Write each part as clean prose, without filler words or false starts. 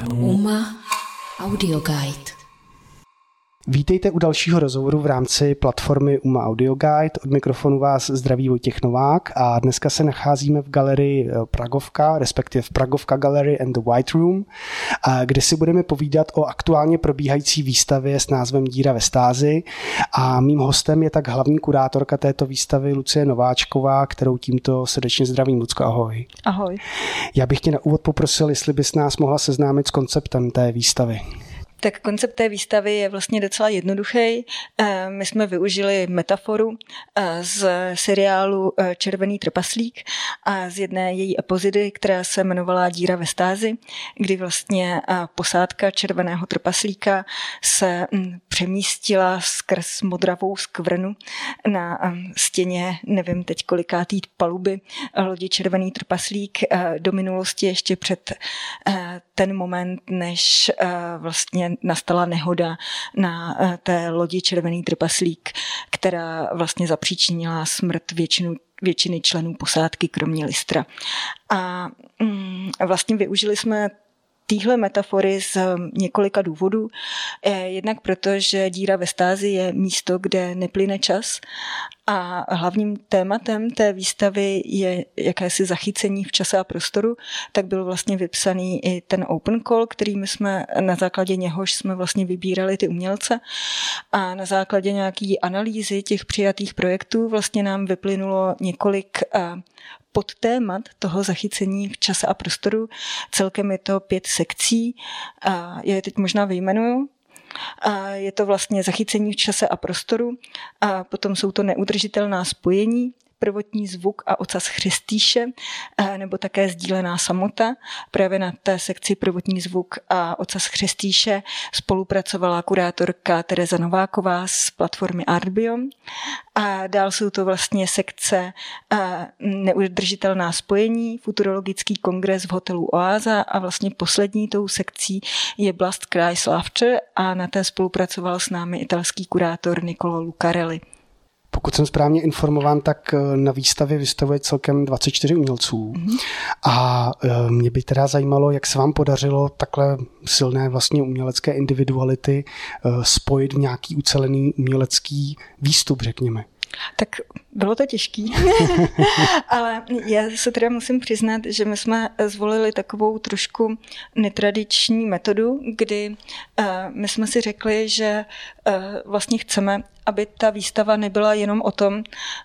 UMA Audio Guide. Vítejte u dalšího rozhovoru v rámci platformy UMA Audio Guide. Od mikrofonu vás zdraví Vojtěch Novák a dneska se nacházíme v galerii Pragovka, respektive v Pragovka Gallery and the White Room, kde si budeme povídat o aktuálně probíhající výstavě s názvem Díra ve stázi. A mým hostem je tak hlavní kurátorka této výstavy Lucie Nováčková, kterou tímto srdečně zdravím. Lucko, ahoj. Ahoj. Já bych tě na úvod poprosil, jestli bys nás mohla seznámit s konceptem té výstavy. Tak koncept té výstavy je vlastně docela jednoduchý. My jsme využili metaforu z seriálu Červený trpaslík a z jedné její epizody, která se jmenovala Díra ve stázi, kdy vlastně posádka Červeného trpaslíka se přemístila skrz modravou skvrnu na stěně, nevím teď kolikátý paluby lodi Červený trpaslík do minulosti ještě před ten moment, než vlastně nastala nehoda na té lodi Červený trpaslík, která vlastně zapříčinila smrt většiny členů posádky, kromě Listra. A vlastně využili jsme téhle metafory z několika důvodů. Jednak proto, že díra ve stázi je místo, kde neplyne čas a hlavním tématem té výstavy je jakési zachycení v čase a prostoru, tak byl vlastně vypsaný i ten open call, na základě něhož jsme vlastně vybírali ty umělce a na základě nějaký analýzy těch přijatých projektů vlastně nám vyplynulo několik podtémat toho zachycení v čase a prostoru. Celkem je to 5 sekcí. Já je teď možná vyjmenuju. Je to vlastně zachycení v čase a prostoru. A potom jsou to neudržitelná spojení, prvotní zvuk a ocas Chřestýše, nebo také sdílená samota. Právě na té sekci prvotní zvuk a ocas Chřestýše spolupracovala kurátorka Tereza Nováková z platformy Artbiom. A dál jsou to vlastně sekce neudržitelná spojení, futurologický kongres v hotelu Oáza a vlastně poslední tou sekcí je Blast Cries Laughter a na té spolupracoval s námi italský kurátor Niccolò Lucarelli. Pokud jsem správně informován, tak na výstavě vystavuje celkem 24 umělců. A mě by teda zajímalo, jak se vám podařilo takhle silné vlastně umělecké individuality spojit v nějaký ucelený umělecký výstup, řekněme. Tak bylo to těžký, ale já se teda musím přiznat, že my jsme zvolili takovou trošku netradiční metodu, kdy my jsme si řekli, že vlastně chceme, aby ta výstava nebyla jenom o tom,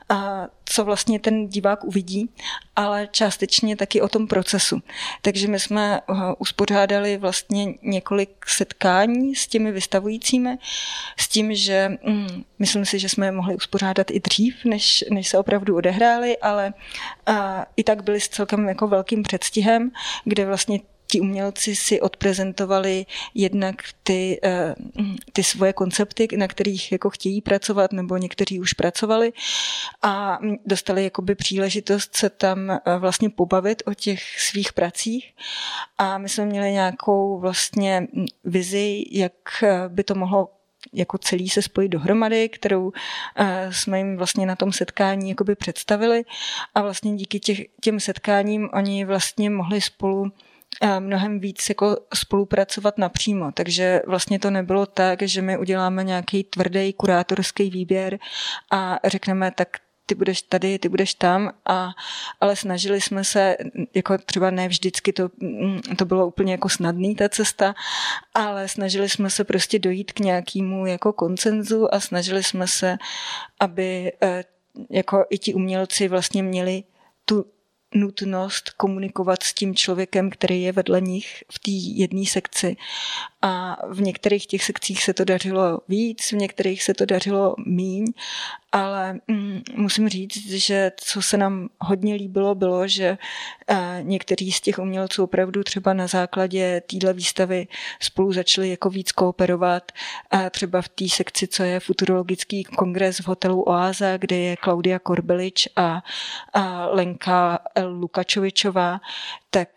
co vlastně ten divák uvidí, ale částečně taky o tom procesu. Takže my jsme uspořádali vlastně několik setkání s těmi vystavujícími, s tím, že myslím si, že jsme je mohli uspořádat i dřív, než se opravdu odehrály, ale i tak byli s celkem jako velkým předstihem, kde vlastně ti umělci si odprezentovali jednak ty svoje koncepty, na kterých jako chtějí pracovat, nebo někteří už pracovali a dostali jakoby příležitost se tam vlastně pobavit o těch svých pracích a my jsme měli nějakou vlastně vizi, jak by to mohlo jako celý se spojit dohromady, kterou jsme jim vlastně na tom setkání jakoby představili a vlastně díky těm setkáním oni vlastně mohli spolu mnohem víc jako spolupracovat napřímo. Takže vlastně to nebylo tak, že my uděláme nějaký tvrdý kurátorský výběr a řekneme, tak ty budeš tady, ty budeš tam, ale snažili jsme se, jako třeba ne vždycky to bylo úplně jako snadný ta cesta, ale snažili jsme se prostě dojít k nějakému jako konsenzu a snažili jsme se, aby jako i ti umělci vlastně měli tu nutnost komunikovat s tím člověkem, který je vedle nich v té jedné sekci. A v některých těch sekcích se to dařilo víc, v některých se to dařilo míň, ale musím říct, že co se nám hodně líbilo, bylo, že někteří z těch umělců opravdu třeba na základě téhle výstavy spolu začali jako víc kooperovat. A třeba v té sekci, co je futurologický kongres v hotelu Oáza, kde je Klaudia Korbelič a Lenka Lukačovičová, tak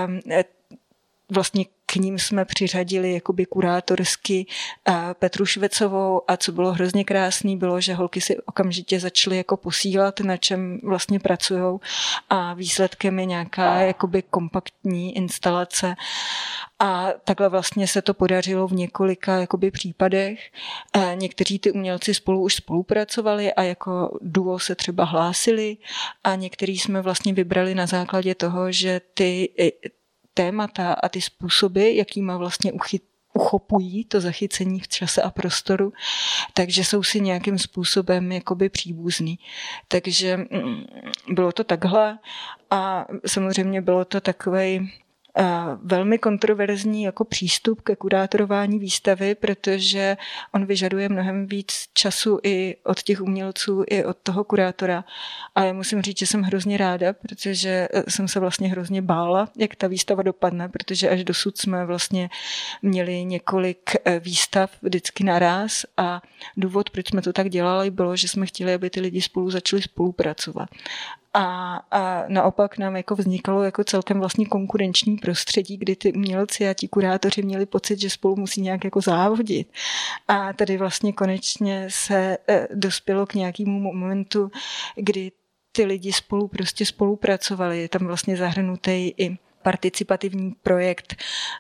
vlastně k ním jsme přiřadili jakoby kurátorsky Petru Švecovou a co bylo hrozně krásný, bylo, že holky si okamžitě začaly jako posílat, na čem vlastně pracujou a výsledkem je nějaká jakoby kompaktní instalace A takhle vlastně se to podařilo v několika jakoby případech. Někteří ty umělci spolu už spolupracovali a jako duo se třeba hlásili a některý jsme vlastně vybrali na základě toho, že ty témata a ty způsoby, jakýma vlastně uchopují to zachycení v čase a prostoru, takže jsou si nějakým způsobem jakoby příbuzný. Takže bylo to takhle a samozřejmě bylo to takovej velmi kontroverzní jako přístup ke kurátorování výstavy, protože on vyžaduje mnohem víc času i od těch umělců, i od toho kurátora. A já musím říct, že jsem hrozně ráda, protože jsem se vlastně hrozně bála, jak ta výstava dopadne, protože až dosud jsme vlastně měli několik výstav vždycky naraz a důvod, proč jsme to tak dělali, bylo, že jsme chtěli, aby ty lidi spolu začali spolupracovat. A naopak nám jako vznikalo jako celkem vlastně konkurenční prostředí, kdy ty umělci a ti kurátoři měli pocit, že spolu musí nějak jako závodit. A tady vlastně konečně se dospělo k nějakému momentu, kdy ty lidi spolu prostě spolupracovali. Je tam vlastně zahrnutý i participativní projekt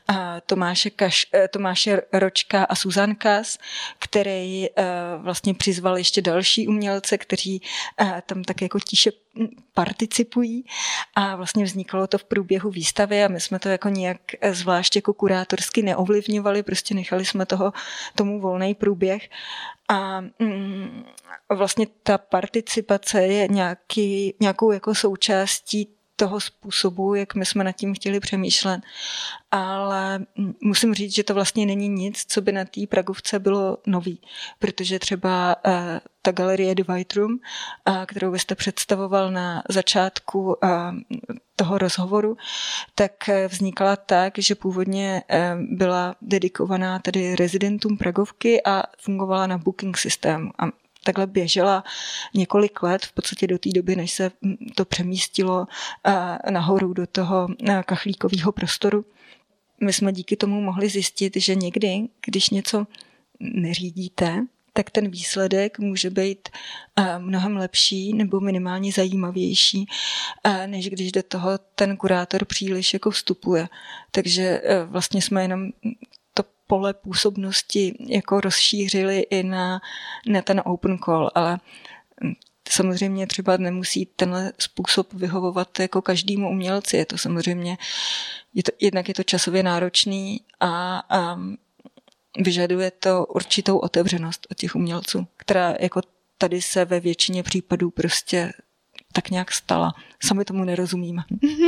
Tomáše Ročka a Susan Kas, který vlastně přizval ještě další umělce, kteří tam tak jako tiše participují a vlastně vzniklo to v průběhu výstavy a my jsme to jako nějak zvlášť jako kurátorsky neovlivňovali, prostě nechali jsme tomu volný průběh a vlastně ta participace je nějakou jako součástí toho způsobu, jak my jsme nad tím chtěli přemýšlet. Ale musím říct, že to vlastně není nic, co by na té Pragovce bylo nový, protože třeba ta galerie The White Room, kterou byste představoval na začátku toho rozhovoru, tak vznikala tak, že původně byla dedikovaná tedy rezidentům Pragovky a fungovala na booking systému. A takhle běžela několik let, v podstatě do té doby, než se to přemístilo nahoru do toho kachlíkového prostoru. My jsme díky tomu mohli zjistit, že někdy, když něco neřídíte, tak ten výsledek může být mnohem lepší nebo minimálně zajímavější, než když do toho ten kurátor příliš jako vstupuje. Takže vlastně jsme jenom pole působnosti jako rozšířili i na ten open call, ale samozřejmě třeba nemusí tenhle způsob vyhovovat jako každému umělci. Je to samozřejmě, jednak je to časově náročný a vyžaduje to určitou otevřenost od těch umělců, která jako tady se ve většině případů prostě tak nějak stala. Sami tomu nerozumíme.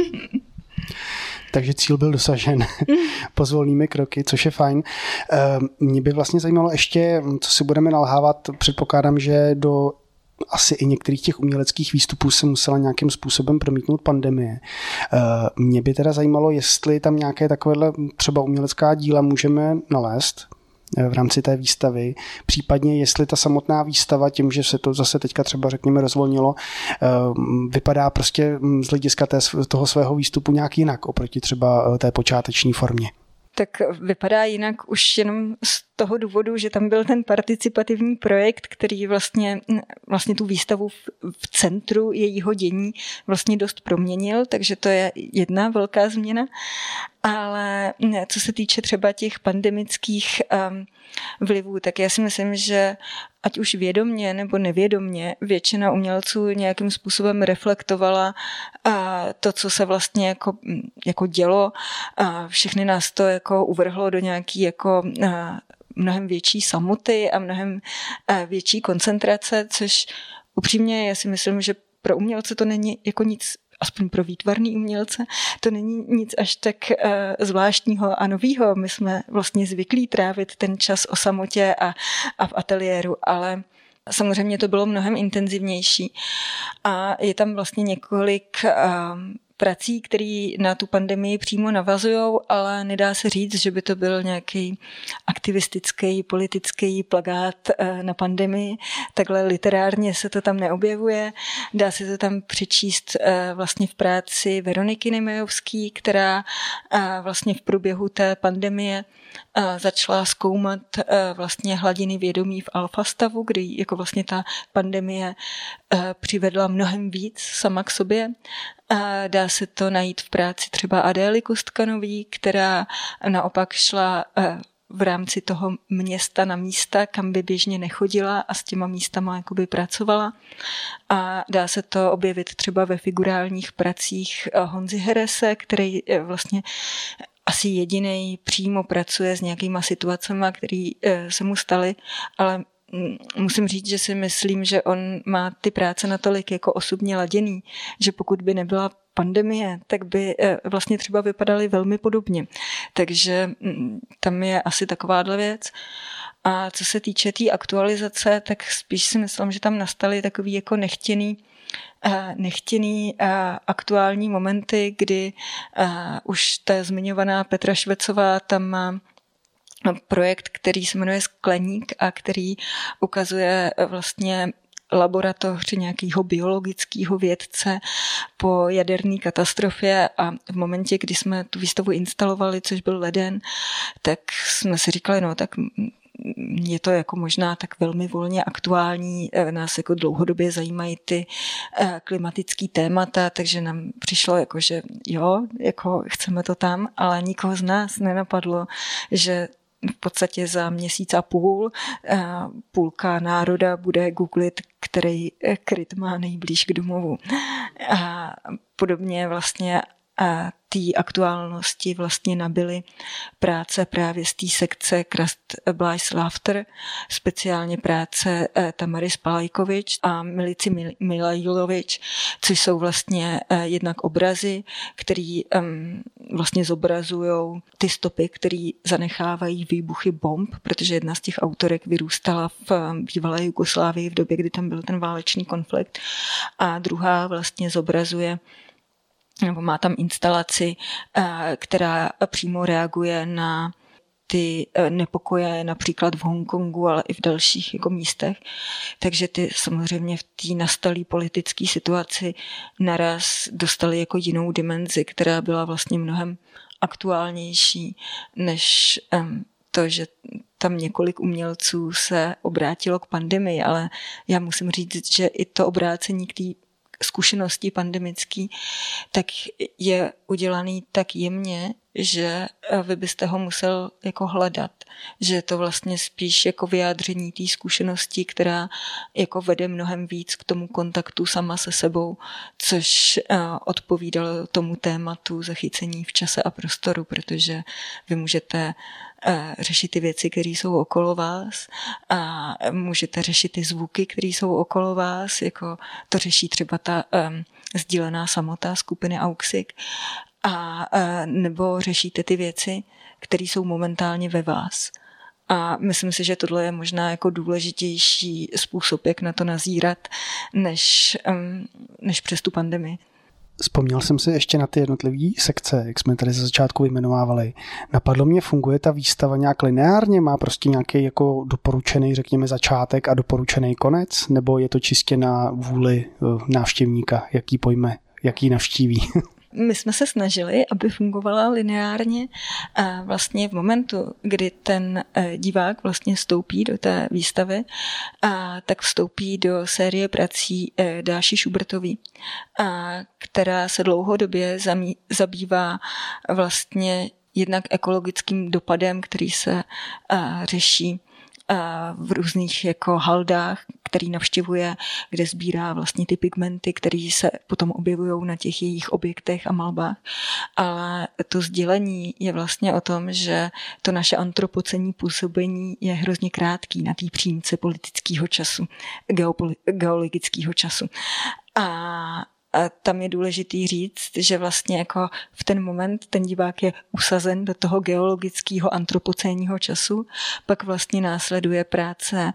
Takže cíl byl dosažen pozvolnými kroky, což je fajn. Mě by vlastně zajímalo ještě, co si budeme nalhávat. Předpokládám, že do asi i některých těch uměleckých výstupů se musela nějakým způsobem promítnout pandemie. Mě by teda zajímalo, jestli tam nějaké takovéhle třeba umělecká díla můžeme nalézt v rámci té výstavy, případně jestli ta samotná výstava, tím, že se to zase teďka třeba řekněme rozvolnilo, vypadá prostě z hlediska toho svého výstupu nějak jinak oproti třeba té počáteční formě. Tak vypadá jinak už jenom z toho důvodu, že tam byl ten participativní projekt, který vlastně tu výstavu v centru jejího dění vlastně dost proměnil, takže to je jedna velká změna. Ale co se týče třeba těch pandemických vlivů, tak já si myslím, že ať už vědomně nebo nevědomně většina umělců nějakým způsobem reflektovala to, co se vlastně jako dělo. Všechny nás to jako uvrhlo do nějaký jako mnohem větší samoty a mnohem větší koncentrace, což upřímně já si myslím, že pro umělce to není jako nic, aspoň pro výtvarný umělce, to není nic až tak zvláštního a novýho. My jsme vlastně zvyklí trávit ten čas o samotě a v ateliéru, ale samozřejmě to bylo mnohem intenzivnější. A je tam vlastně několik prací, které na tu pandemii přímo navazujou, ale nedá se říct, že by to byl nějaký aktivistický, politický plakát na pandemii. Takhle literárně se to tam neobjevuje. Dá se to tam přečíst vlastně v práci Veroniky Nemejovský, která vlastně v průběhu té pandemie začala zkoumat vlastně hladiny vědomí v alfa stavu, kdy jako vlastně ta pandemie přivedla mnohem víc sama k sobě A dá se to najít v práci třeba Adély Kostkanový, která naopak šla v rámci toho města na místa, kam by běžně nechodila a s těma místama jakoby pracovala. A dá se to objevit třeba ve figurálních pracích Honzy Herese, který vlastně asi jedinej přímo pracuje s nějakýma situacemi, které se mu staly, ale musím říct, že si myslím, že on má ty práce natolik jako osobně laděný, že pokud by nebyla pandemie, tak by vlastně třeba vypadaly velmi podobně. Takže tam je asi takováhle věc. A co se týče té aktualizace, tak spíš si myslím, že tam nastaly takový jako nechtěný aktuální momenty, kdy už ta zmiňovaná Petra Švecová tam má projekt, který se jmenuje Skleník a který ukazuje vlastně laboratoř nějakého biologického vědce po jaderné katastrofě a v momentě, kdy jsme tu výstavu instalovali, což byl leden, tak jsme si říkali, no tak je to jako možná tak velmi volně aktuální, nás jako dlouhodobě zajímají ty klimatický témata, takže nám přišlo jako, že jo, jako chceme to tam, ale nikoho z nás nenapadlo, že v podstatě za měsíc a půl půlka národa bude googlit, který kryt má nejblíž k domovu. A podobně vlastně té aktuálnosti vlastně nabyly práce právě z té sekce Crust Blies Laughter, speciálně práce Tamary Spalajkovič a Milici Milajlovič, což jsou vlastně jednak obrazy, který vlastně zobrazují ty stopy, které zanechávají výbuchy bomb, protože jedna z těch autorek vyrůstala v bývalé Jugoslávii v době, kdy tam byl ten válečný konflikt a druhá vlastně zobrazuje nebo má tam instalaci, která přímo reaguje na ty nepokoje například v Hongkongu, ale i v dalších jako místech. Takže ty samozřejmě v té nastalé politické situaci naraz dostaly jako jinou dimenzi, která byla vlastně mnohem aktuálnější než to, že tam několik umělců se obrátilo k pandemii, ale já musím říct, že i to obrácení k té zkušenosti pandemický, tak je udělaný tak jemně, že vy byste ho musel jako hledat. Že je to vlastně spíš jako vyjádření té zkušenosti, která jako vede mnohem víc k tomu kontaktu sama se sebou, což odpovídalo tomu tématu zachycení v čase a prostoru, protože vy můžete řešit ty věci, které jsou okolo vás a můžete řešit ty zvuky, které jsou okolo vás, jako to řeší třeba ta sdílená samota skupiny Auxik, a nebo řešíte ty věci, které jsou momentálně ve vás. A myslím si, že tohle je možná jako důležitější způsob, jak na to nazírat, než přes tu pandemii. Vzpomněl jsem si ještě na ty jednotlivé sekce, jak jsme tady ze začátku vyjmenovávali. Napadlo mě, funguje ta výstava nějak lineárně? Má prostě nějaký jako doporučený, řekněme, začátek a doporučený konec? Nebo je to čistě na vůli návštěvníka, jaký pojme, jaký navštíví? My jsme se snažili, aby fungovala lineárně a vlastně v momentu, kdy ten divák vlastně vstoupí do té výstavy, tak vstoupí do série prací Dáši Šubertový, která se dlouhodobě zabývá vlastně jednak ekologickým dopadem, který se řeší v různých jako haldách, který navštěvuje, kde sbírá vlastně ty pigmenty, které se potom objevují na těch jejich objektech a malbách. Ale to sdělení je vlastně o tom, že to naše antropocenní působení je hrozně krátký na té přímce politického času, geologického času. A tam je důležitý říct, že vlastně jako v ten moment ten divák je usazen do toho geologického antropocénního času, pak vlastně následuje práce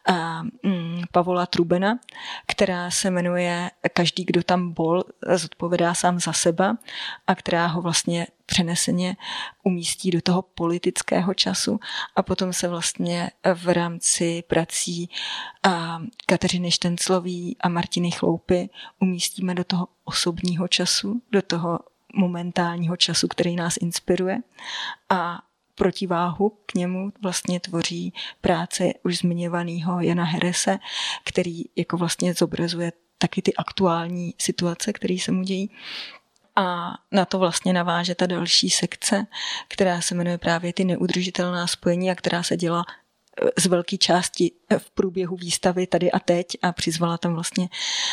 Pavola Trubena, která se jmenuje Každý, kdo tam bol, zodpovědá sám za sebe a která ho vlastně přeneseně umístí do toho politického času a potom se vlastně v rámci prací Kateřiny Štenclový a Martiny Chloupy umístíme do toho osobního času, do toho momentálního času, který nás inspiruje a protiváhu k němu vlastně tvoří práce už zmiňovaného Jana Herese, který jako vlastně zobrazuje taky ty aktuální situace, které se mu dějí. A na to vlastně naváže ta další sekce, která se jmenuje právě ty neudržitelná spojení a která se dělá z velké části v průběhu výstavy tady a teď a přizvala tam vlastně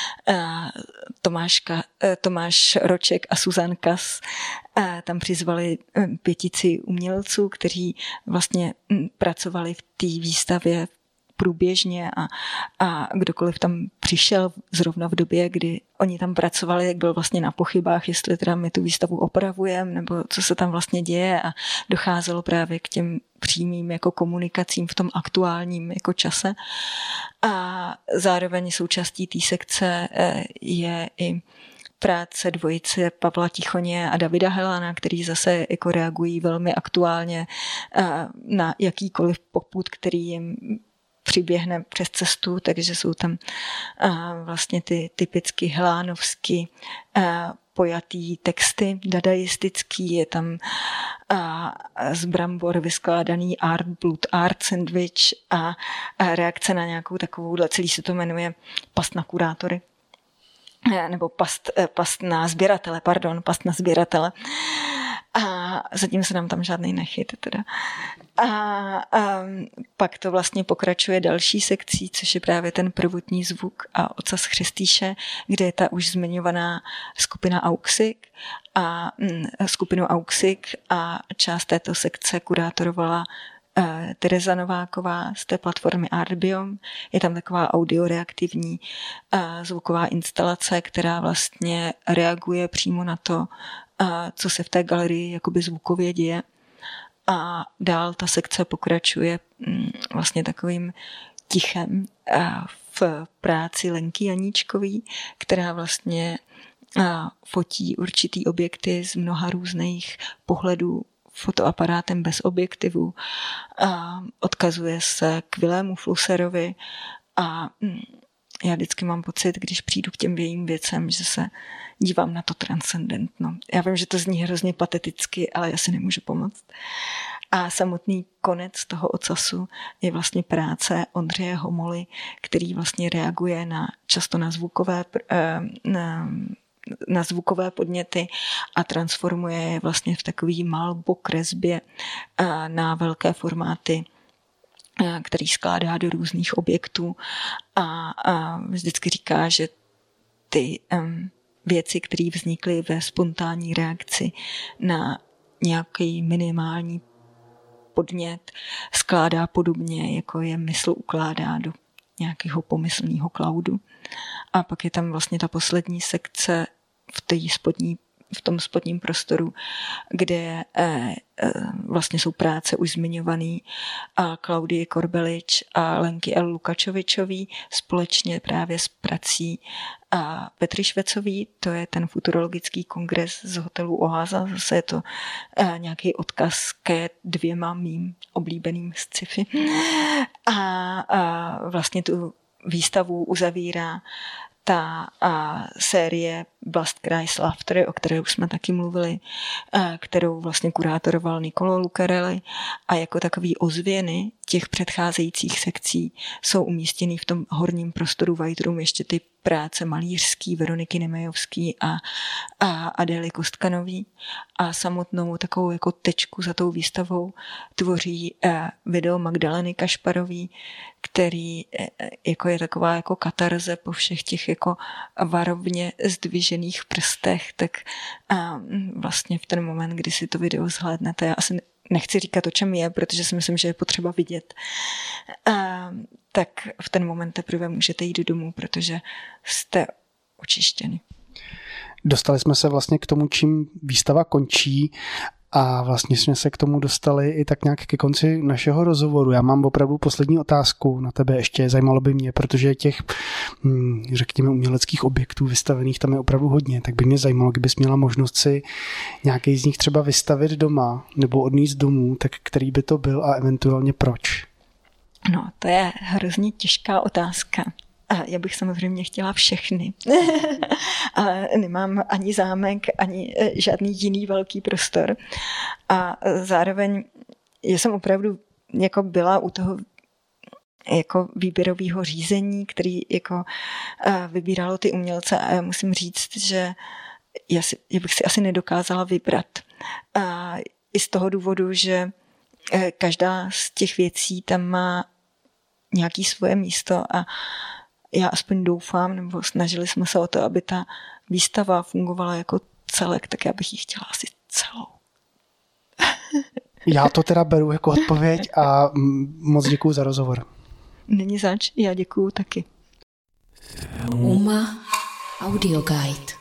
Tomáš Roček a Susan Kas. Tam přizvali 5 umělců, kteří vlastně pracovali v té výstavě průběžně a kdokoliv tam přišel zrovna v době, kdy oni tam pracovali, jak byl vlastně na pochybách, jestli teda my tu výstavu opravujeme, nebo co se tam vlastně děje a docházelo právě k těm přímým jako komunikacím v tom aktuálním jako čase. A zároveň součástí té sekce je i práce dvojice Pavla Tichoně a Davida Helana, který zase jako reagují velmi aktuálně na jakýkoliv popud, který jim přiběhne přes cestu, takže jsou tam vlastně ty typicky helánovsky pojatý texty, dadaistický, je tam z brambor vyskládaný art, blood art sandwich a reakce na nějakou takovouhle, celý se to jmenuje past na kurátory, nebo past na sběratele. A zatím se nám tam žádný nechyt teda. A pak to vlastně pokračuje další sekcí, což je právě ten prvotní zvuk a ocas Christýše, kde je ta už zmiňovaná skupina Auxik a část této sekce kurátorovala Tereza Nováková z té platformy Artbiom. Je tam taková audioreaktivní zvuková instalace, která vlastně reaguje přímo na to, co se v té galerii jakoby zvukově děje. A dál ta sekce pokračuje vlastně takovým tichem v práci Lenky Janíčkový, která vlastně fotí určitý objekty z mnoha různých pohledů fotoaparátem bez objektivu. Odkazuje se k Vilému Flusserovi a já vždycky mám pocit, když přijdu k těm jejím věcem, že se dívám na to transcendentno. Já vím, že to zní hrozně pateticky, ale já si nemůžu pomoct. A samotný konec toho ocasu je vlastně práce Ondřeje Homoly, který vlastně reaguje často na zvukové podněty a transformuje je vlastně v takový malbokresbě na velké formáty, který skládá do různých objektů a vždycky říká, že ty věci, které vznikly ve spontánní reakci na nějaký minimální podnět, skládá podobně, jako je mysl ukládá do nějakého pomyslného cloudu. A pak je tam vlastně ta poslední sekce v tom spodním prostoru, kde vlastně jsou práce už zmiňovaný a Klaudie Korbelič a Lenky L. Lukačovičový společně právě s prací a Petry Švecový, to je ten futurologický kongres z hotelu Oáza, zase je to nějaký odkaz ke 2 mým oblíbeným sci-fi. A vlastně tu výstavu uzavírá ta série Blast Cries Laughter, o které už jsme taky mluvili, kterou vlastně kurátoroval Niccolò Lucarelli a jako takový ozvěny těch předcházejících sekcí jsou umístěny v tom horním prostoru White Room ještě ty práce malířský Veroniky Nemejovský a Adély Kostkanový a samotnou takovou jako tečku za tou výstavou tvoří video Magdaleny Kašparový, který jako je taková jako katarze po všech těch jako varovně zdvižených prstech, tak vlastně v ten moment, kdy si to video zhlédnete, já asi nechci říkat, o čem je, protože si myslím, že je potřeba vidět, tak v ten moment teprve můžete jít domů, protože jste očištěni. Dostali jsme se vlastně k tomu, čím výstava končí a vlastně jsme se k tomu dostali i tak nějak ke konci našeho rozhovoru. Já mám opravdu poslední otázku na tebe ještě, zajímalo by mě, protože těch, řekněme, uměleckých objektů vystavených tam je opravdu hodně, tak by mě zajímalo, kdybys měla možnost si nějaký z nich třeba vystavit doma nebo odníst domů, tak který by to byl a eventuálně proč? No, to je hrozně těžká otázka. Já bych samozřejmě chtěla všechny, ale nemám ani zámek, ani žádný jiný velký prostor. A zároveň jsem opravdu jako byla u toho jako výběrového řízení, který jako vybíralo ty umělce a já musím říct, že já bych si asi nedokázala vybrat. I z toho důvodu, že každá z těch věcí tam má nějaké svoje místo a já aspoň doufám, nebo snažili jsme se o to, aby ta výstava fungovala jako celek, tak já bych ji chtěla asi celou. Já to teda beru jako odpověď a moc děkuju za rozhovor. Není zač, já děkuju taky. UMA Audio Guide.